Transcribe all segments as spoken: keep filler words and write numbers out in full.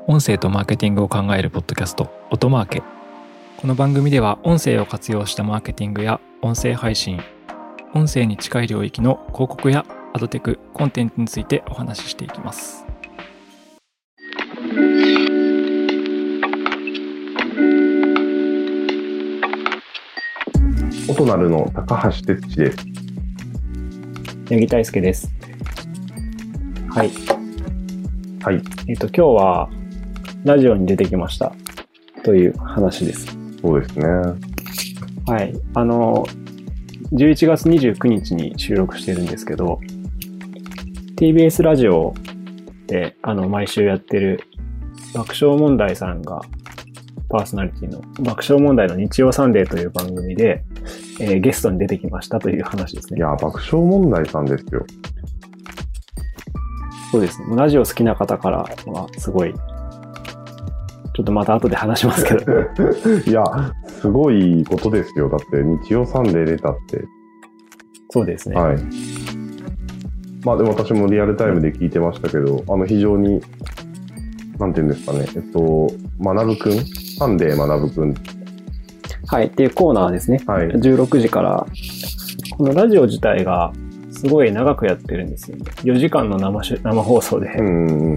音声とマーケティングを考えるポッドキャスト音マーケ。この番組では音声を活用したマーケティングや音声配信、音声に近い領域の広告やアドテク、コンテンツについてお話ししていきます。 音なるの高橋哲司です。 八木大輔です。はい。 はい。 えっと、今日はラジオに出てきましたという話です。 そうですね。 はい。あの、じゅういちがつにじゅうくにちに収録してるんですけど、ティービーエス ラジオで、あの、毎週やってる爆笑問題さんがパーソナリティの爆笑問題の日曜サンデーという番組で、えー、ゲストに出てきましたという話ですね。 いや、爆笑問題さんですよ。 そうですね。ラジオ好きな方からはすごい、ちょっとまた後で話しますけど。 いや、すごいことですよ。だって日曜サンデー出たって。 そうですね。 はい。まあでも私もリアルタイムで聞いてましたけど、あの非常に、なんていうんですかね、えっと、学ぶくんサンデー学ぶくん。 はい。っていうコーナーですね。 はい。 じゅうろくじから、このラジオ自体がすごい長くやってるんですよね。よじかんの 生, 生放送で。 うんうんうん。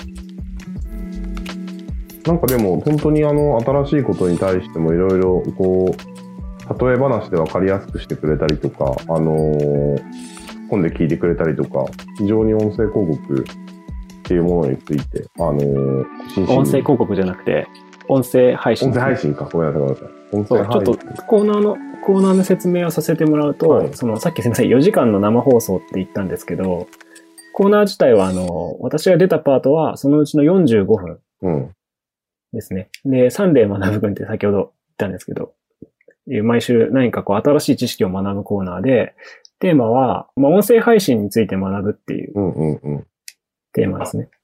なんかでも本当にあの新しいことに対してもいろいろこう例え話で分かりやすくしてくれたりとか、あのー、今で聞いてくれたりとか、非常に音声広告っていうものについて、あのー、 音声広告じゃなくて音声配信、 音声配信か。ごめんなさいごめんなさい。音声配信。ちょっとコーナーのコーナーの説明をさせてもらうと、はい、そのさっきすみませんよじかんの生放送って言ったんですけど、コーナー自体はあの私が出たパートはそのうちのよんじゅうごふん。うん。ですね。で、サンデー学ぶくんって先ほど言ったんですけど、毎週何かこう新しい知識を学ぶコーナーで、テーマは、まあ、音声配信について学ぶっていうテーマですね。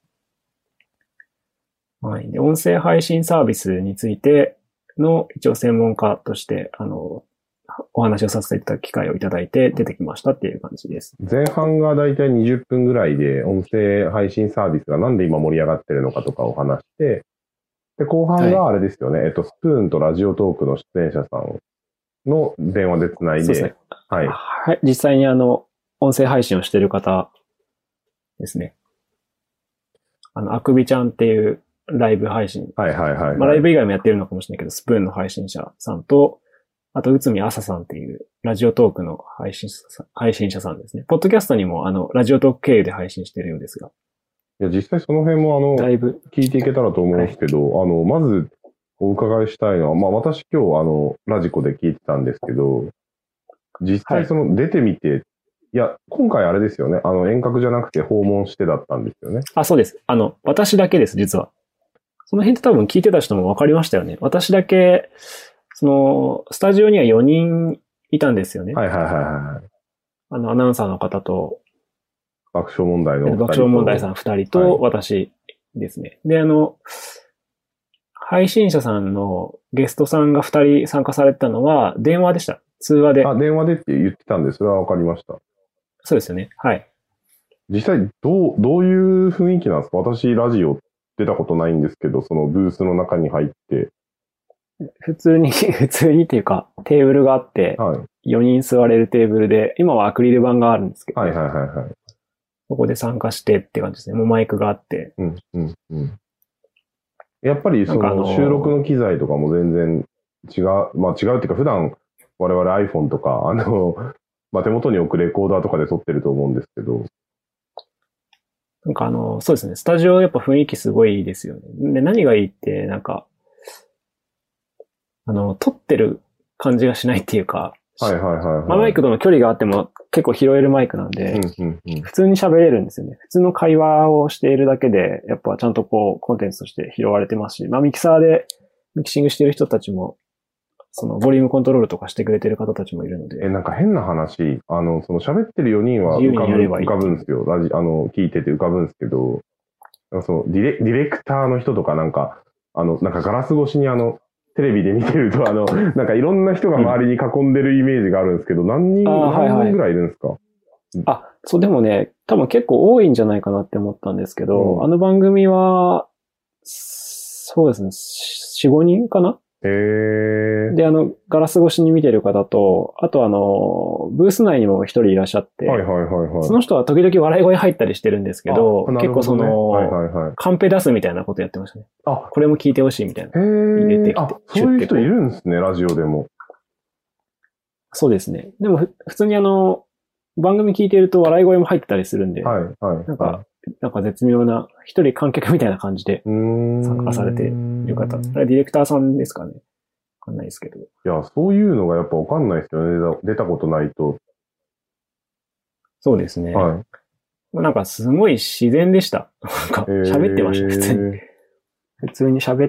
はい。で、音声配信サービスについての一応専門家として、あの、お話をさせていただく機会をいただいて出てきましたっていう感じです。 前半がだいたいにじゅっぷんぐらいで、音声配信サービスがなんで今盛り上がってるのかとかを話して、で、後半があれですよね、はい、えっと、スプーンとラジオトークの出演者さんの電話でつないで、そうですね。はい。 はい。実際にあの、音声配信をしている方ですね。あの、あくびちゃんっていうライブ配信。 はいはいはい、はい。 まあ、ライブ以外もやってるのかもしれないけど、スプーンの配信者さんと、あと、内海あささんっていうラジオトークの配信者さん、配信者さんですね。ポッドキャストにもあの、ラジオトーク経由で配信しているようですが。 いや、実際その辺もあの、だいぶ聞いていけたらと思うんですけど、はい、あの、まずお伺いしたいのは、まあ私今日あの、ラジコで聞いてたんですけど、実際その出てみて、はい、いや、今回あれですよね、あの、遠隔じゃなくて訪問してだったんですよね。 あ、そうです。あの、私だけです、実は。その辺って多分聞いてた人も分かりましたよね。私だけ、その、スタジオにはよにんいたんですよね。 はいはいはいはい。 あの、アナウンサーの方と、 爆笑問題の爆笑問題さんふたりと私ですね。はい、で、あの、配信者さんのゲストさんがふたり参加されたのは電話でした。通話で。 あ、電話でって言ってたんで、それはわかりました。 そうですよね。はい。 実際、どう、どういう雰囲気なんですか？私、ラジオ出たことないんですけど、そのブースの中に入って。 普通に、普通にっていうか、テーブルがあって、はい、よにん座れるテーブルで、今はアクリル板があるんですけど、 はいはいはいはい。 そこで参加してって感じですね。もうマイクがあって。 うんうんうん。やっぱりその収録の機材とかも全然違う、まあ違うっていうか普段我々 iPhone とか、あの、まあ手元に置くレコーダーとかで撮ってると思うんですけど。 なんかあの、そうですね。スタジオやっぱ雰囲気すごいいいですよね。で、何がいいって、なんか、あの、撮ってる感じがしないっていうか、 はいはいはい、はい。 まあ、マイクとの距離があっても結構拾えるマイクなんで、うんうんうん、普通に喋れるんですよね。普通の会話をしているだけで、やっぱちゃんとこう、コンテンツとして拾われてますし、まあミキサーでミキシングしている人たちも、そのボリュームコントロールとかしてくれてる方たちもいるので。 え、なんか変な話、あの、その喋ってるよにんは浮かぶ、浮かぶんですよ。ラジ、あの、聞いてて浮かぶんですけど、そのディレ、ディレクターの人とかなんか、あの、なんかガラス越しにあの、テレビで見てると、あの、なんかいろんな人が周りに囲んでるイメージがあるんですけど、うん、何人、何人ぐらいいるんですか？はいはい、 あ、そう、でもね、多分結構多いんじゃないかなって思ったんですけど、うん、あの番組は、 そうですね。よん、ごにんかな。 へー。 で、あの、ガラス越しに見てる方と、あとあの、ブース内にも一人いらっしゃって、 はいはいはいはい。 その人は時々笑い声入ったりしてるんですけど、 あ、なるほどね、 結構その、 はいはいはい、 カンペ出すみたいなことやってましたね。 あ、 これも聞いてほしいみたいな。 へー。 入れてきて。 あ、そういう人いるんですね、ラジオでも。 そうですね。でも、普通にあの、番組聞いてると笑い声も入ってたりするんで、 はいはい。 なんか、なんか絶妙な、一人観客みたいな感じで参加されている方。それはディレクターさんですかね。わかんないですけど。いや、そういうのがやっぱわかんないですよね。出たことないと。 そうですね。はい。なんかすごい自然でした。なんか喋ってました、普通に。普通に喋って、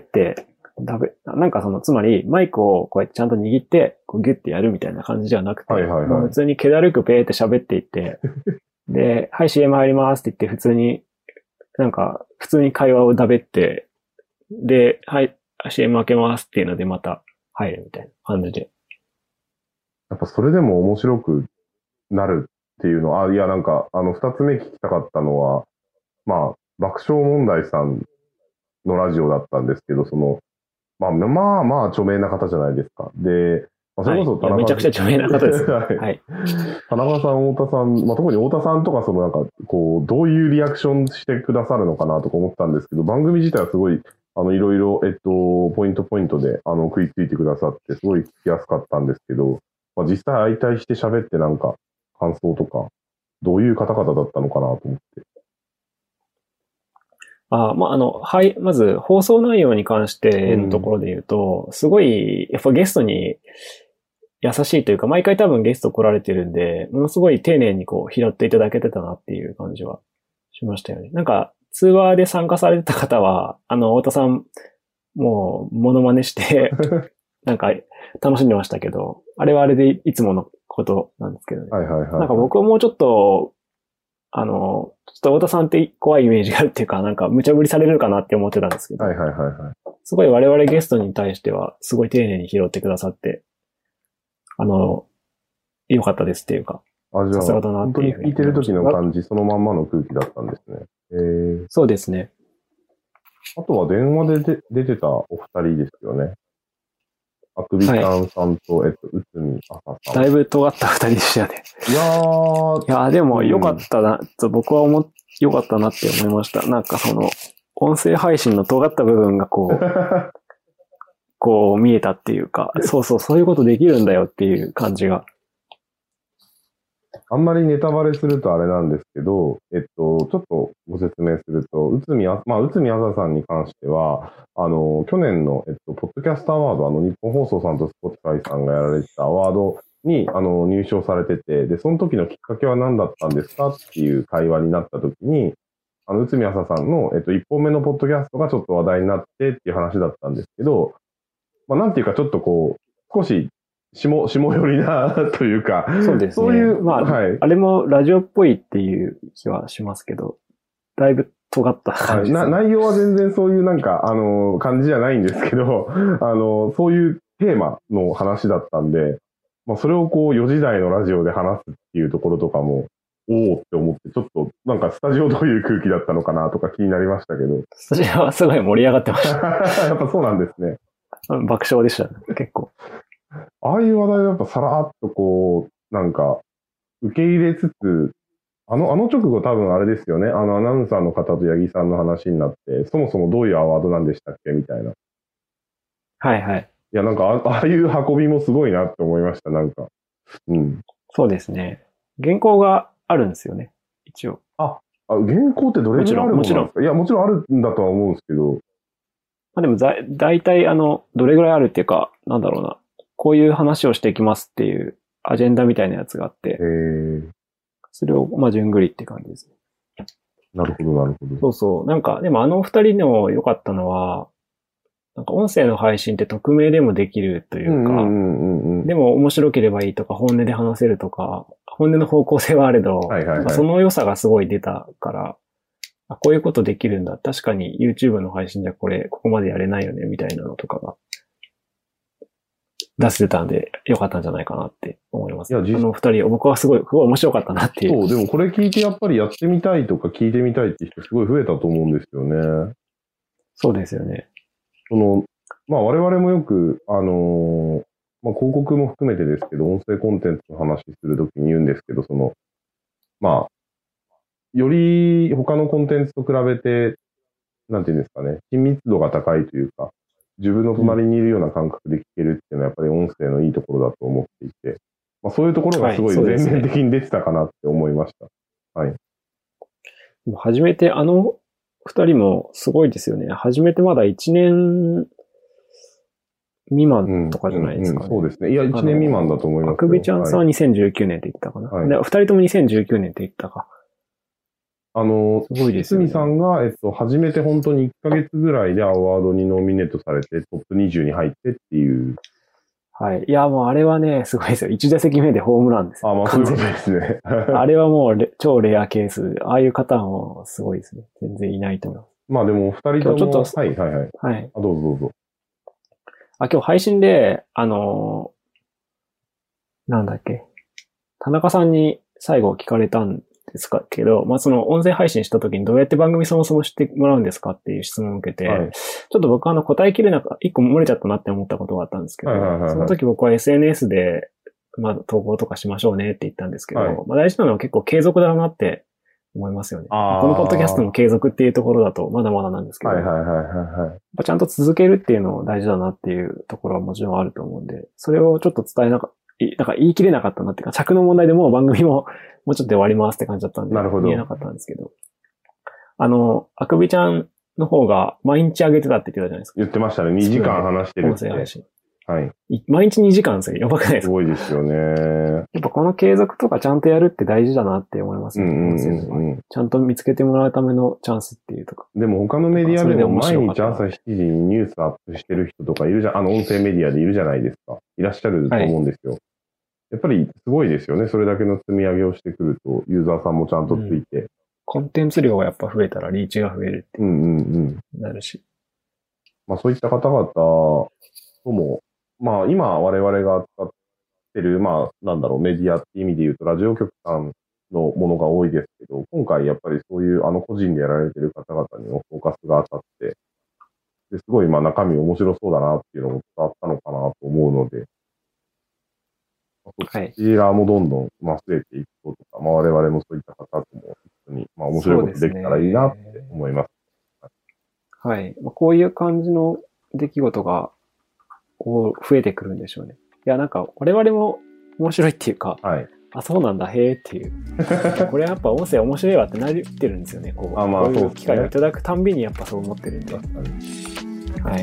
だべ、なんかその、つまりマイクをこうやってちゃんと握って、こうギュッてやるみたいな感じじゃなくて、はいはいはい、もう普通に気だるくペーって喋っていって、で、はい シーエム 入りますって言って普通に、なんか普通に会話をだべって、で、はい シーエム 開けますっていうのでまた入るみたいな感じで。 やっぱそれでも面白くなるっていうのは、あ、いやなんか、あの二つ目聞きたかったのは、まあ、爆笑問題さんのラジオだったんですけど、その、まあまあまあ著名な方じゃないですか。で、まあ、それこそ田中さん、 はい、めちゃくちゃ著名な方です。はい。 田中さん、太田さん、まあ特に太田さんとかそのなんか、こう、どういうリアクションしてくださるのかなとか思ったんですけど、番組自体はすごい、あの、いろいろ、えっと、ポイントポイントで、あの、食いついてくださって、すごい聞きやすかったんですけど、まあ実際相対して喋ってなんか、感想とか、どういう方々だったのかなと思って。 あまあ、あの、はい、まず、放送内容に関してのところで言うと、うん、すごい、やっぱゲストに優しいというか、毎回多分ゲスト来られてるんで、ものすごい丁寧にこう、拾っていただけてたなっていう感じはしましたよね。なんか、通話で参加されてた方は、あの、太田さん、もう、モノマネして、なんか、楽しんでましたけど、あれはあれでいつものことなんですけどね。 はいはいはい、はい。 なんか僕はもうちょっと、あの、ちょっと太田さんって怖いイメージがあるっていうか、なんか無茶ぶりされるかなって思ってたんですけど。 はいはいはいはい。 すごい我々ゲストに対しては、すごい丁寧に拾ってくださって、あの、良かったですっていうか。 あ、じゃあ、本当に聞いてる時の感じ、そのまんまの空気だったんですね。えー、 そうですね。 あとは電話で出てたお二人ですよね。あくびちゃんさんと、はい、えっと、うつみあささん。 だいぶ尖った二人でしたよね。 いやー。 いやーでも良かったな、と僕は思っ、良かったなって思いました。なんかその、音声配信の尖った部分がこう、こう見えたっていうか、そうそう、そういうことできるんだよっていう感じが。 あんまりネタバレするとあれなんですけど、えっと、ちょっとご説明すると、うつみあ、まあ、うつみあささんに関しては、あの、去年の、えっと、ポッドキャストアワード、あの、日本放送さんとスポティファイさんがやられてたアワードに、あの、入賞されてて、で、その時のきっかけは何だったんですかっていう会話になった時に、あの、うつみあささんの、えっと、いっぽんめのポッドキャストがちょっと話題になってっていう話だったんですけど、まあ、なんていうかちょっとこう、少し、下、下寄りなというか、 そうですね。そういう、まあ、はい、あれもラジオっぽいっていう気はしますけど、だいぶ尖った感じです、ね。 はい、な内容は全然そういうなんか、あの、感じじゃないんですけど、あの、そういうテーマの話だったんで、まあ、それをこう、よじ台のラジオで話すっていうところとかも、おおって思って、ちょっと、なんかスタジオどういう空気だったのかなとか気になりましたけど。 スタジオはすごい盛り上がってました。 やっぱそうなんですね。 爆笑でした、ね、結構。 ああいう話題はやっぱさらっとこう、なんか、受け入れつつ、あの、あの直後多分あれですよね。あのアナウンサーの方と八木さんの話になって、そもそもどういうアワードなんでしたっけみたいな。 はいはい。 いや、なんかあ、ああいう運びもすごいなって思いました、なんか。うん。 そうですね。原稿があるんですよね、一応。 あ、あ原稿ってどれぐらいあるんですか？もちろん。いや、もちろんあるんだとは思うんですけど。 まあでもだ、だいたいあの、どれぐらいあるっていうか、なんだろうな。こういう話をしていきますっていうアジェンダみたいなやつがあって、それを、まあ、順繰りって感じですね。 なるほど、なるほど。 そうそう。なんか、でもあの二人の良かったのは、なんか音声の配信って匿名でもできるというか、でも面白ければいいとか、本音で話せるとか、本音の方向性はあれど、はいはいはい、その良さがすごい出たから、あ、こういうことできるんだ。確かに YouTube の配信じゃこれ、ここまでやれないよね、みたいなのとかが。出せてたんで、良かったんじゃないかなって思います。いや、あの二人、僕はすごい、すごい面白かったなっていう。 そう、でもこれ聞いてやっぱりやってみたいとか聞いてみたいって人すごい増えたと思うんですよね。 そうですよね。 その、まあ我々もよく、あのーまあ広告も含めてですけど、音声コンテンツの話するときに言うんですけど、その、まあ、より他のコンテンツと比べて、なんていうんですかね、親密度が高いというか、自分の隣にいるような感覚で聞けるっていうのはやっぱり音声のいいところだと思っていて、まあそういうところがすごい全面的に出てたかなって思いました。はい。 初めてあの二人もすごいですよね。初めてまだいちねん未満とかじゃないですかね。 うんうんうん、そうですね。いや、いちねん未満だと思いますよ。 あくびちゃんさんはにせんじゅうきゅうねんって言ったかな。はい、で、二人ともにせんじゅうきゅうねんって言ったか。 あの、すごいですね。堤さんが、えっと、初めて本当にいっかげつぐらいでアワードにノミネートされて、トップにじゅうに入ってっていう。 はい。いや、もうあれはね、すごいですよ。いち打席目でホームランですよ。 あ、まあそういうことですね。 あれはもうレ超レアケース。ああいう方もすごいですね。全然いないと思います。 まあでも、二人とも。 ちょっと、 はいはいはい。 はい。 あ、どうぞどうぞ。 あ、今日配信で、あのー、なんだっけ。田中さんに最後聞かれたんですかけど、まあ、その音声配信した時にどうやって番組そもそも知ってもらうんですかっていう質問を受けて、はい、ちょっと僕はあの答えきれなか、一個漏れちゃったなって思ったことがあったんですけど、はいはいはいはい、その時僕は エスエヌエス で、まあ、投稿とかしましょうねって言ったんですけど、はい、まあ、大事なのは結構継続だなって思いますよね。このポッドキャストの継続っていうところだとまだまだなんですけど、 はいはいはいはい、 ちゃんと続けるっていうの大事だなっていうところはもちろんあると思うんで、それをちょっと伝えなかった。なんか言い切れなかったなっていうか、尺の問題でもう番組ももうちょっとで終わりますって感じだったんで、言えなかったんですけど。あの、あくびちゃんの方が毎日上げてたって言ってたじゃないですか。 言ってましたね。にじかん話してるって。 音声配信。 はい。 毎日にじかんですよ。やばくないですか？ すごいですよね。 やっぱこの継続とかちゃんとやるって大事だなって思いますよね。うんうんうん、ちゃんと見つけてもらうためのチャンスっていうとか。 でも他のメディアでも毎日朝しちじにニュースアップしてる人とかいるじゃん、あの音声メディアでいるじゃないですか。いらっしゃると思うんですよ。はい、やっぱりすごいですよね。それだけの積み上げをしてくると、ユーザーさんもちゃんとついて。うん、 コンテンツ量がやっぱ増えたらリーチが増えるってうんうんうん。 なるし。 まあそういった方々とも、まあ今我々が扱ってる、まあなんだろう、メディアって意味で言うと、ラジオ局さんのものが多いですけど、今回やっぱりそういうあの個人でやられてる方々にもフォーカスが当たって、ですごいまあ中身面白そうだなっていうのも伝わったのかなと思うので、 はい、 そちらもどんどん、まあ、増えていくこととか、まあ、我々もそういった方とも一緒に、まあ、面白いことできたらいいなって思います。 はい。こういう感じの出来事が、こう、増えてくるんでしょうね。いや、なんか、我々も面白いっていうか、はい、あ、そうなんだ、へーっていう。これやっぱ音声面白いわってなってるんですよね、こう。あ、まあ、こういう機会をいただくたんびにやっぱそう思ってるんで。はい。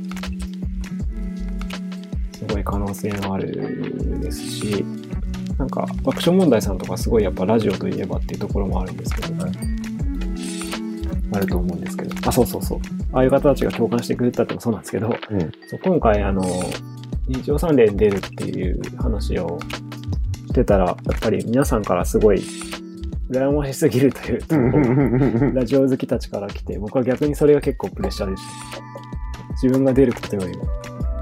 すごい可能性もあるですし、なんか爆笑問題さんとかすごいやっぱラジオといえばっていうところもあるんですけど、ね、あると思うんですけど、あ、そうそうそう、ああいう方たちが共感してくれたってもそうなんですけど、うん、そう今回あの日曜サンデーに出るっていう話をしてたら、やっぱり皆さんからすごい羨ましすぎるというとラジオ好きたちから来て、僕は逆にそれが結構プレッシャーでした。自分が出ることよりも。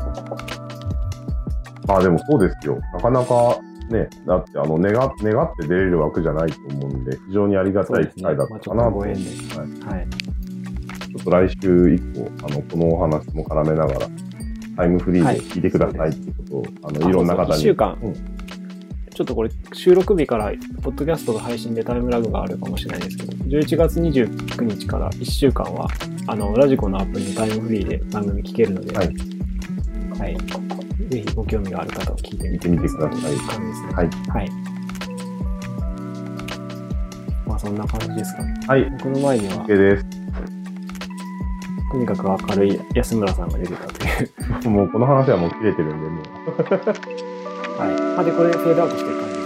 まあでもそうですよ。なかなかね、だってあの願、願って出れるわけじゃないと思うんで、非常にありがたい機会だったかなと思います。はい。はい、ちょっと来週以降、あの、このお話も絡めながら、タイムフリーで聞いてくださいっていうことを、はい、あの、いろんな方に。いっしゅうかん、うん。ちょっとこれ、収録日から、ポッドキャストの配信でタイムラグがあるかもしれないですけど、じゅういちがつにじゅうくにちからいっしゅうかんは、あの、ラジコのアプリのタイムフリーで番組聞けるので、はい。はい、ぜひご興味がある方は聞いてみてみてください。 という感じですね。 はい。 はい。まあそんな感じですかね。 はい。 僕の前には、 OK です。 とにかく明るい安村さんが出てたという。 もうこの話はもう切れてるんで、もう。 はい。あ、で、これフェードアウトしてる感じ。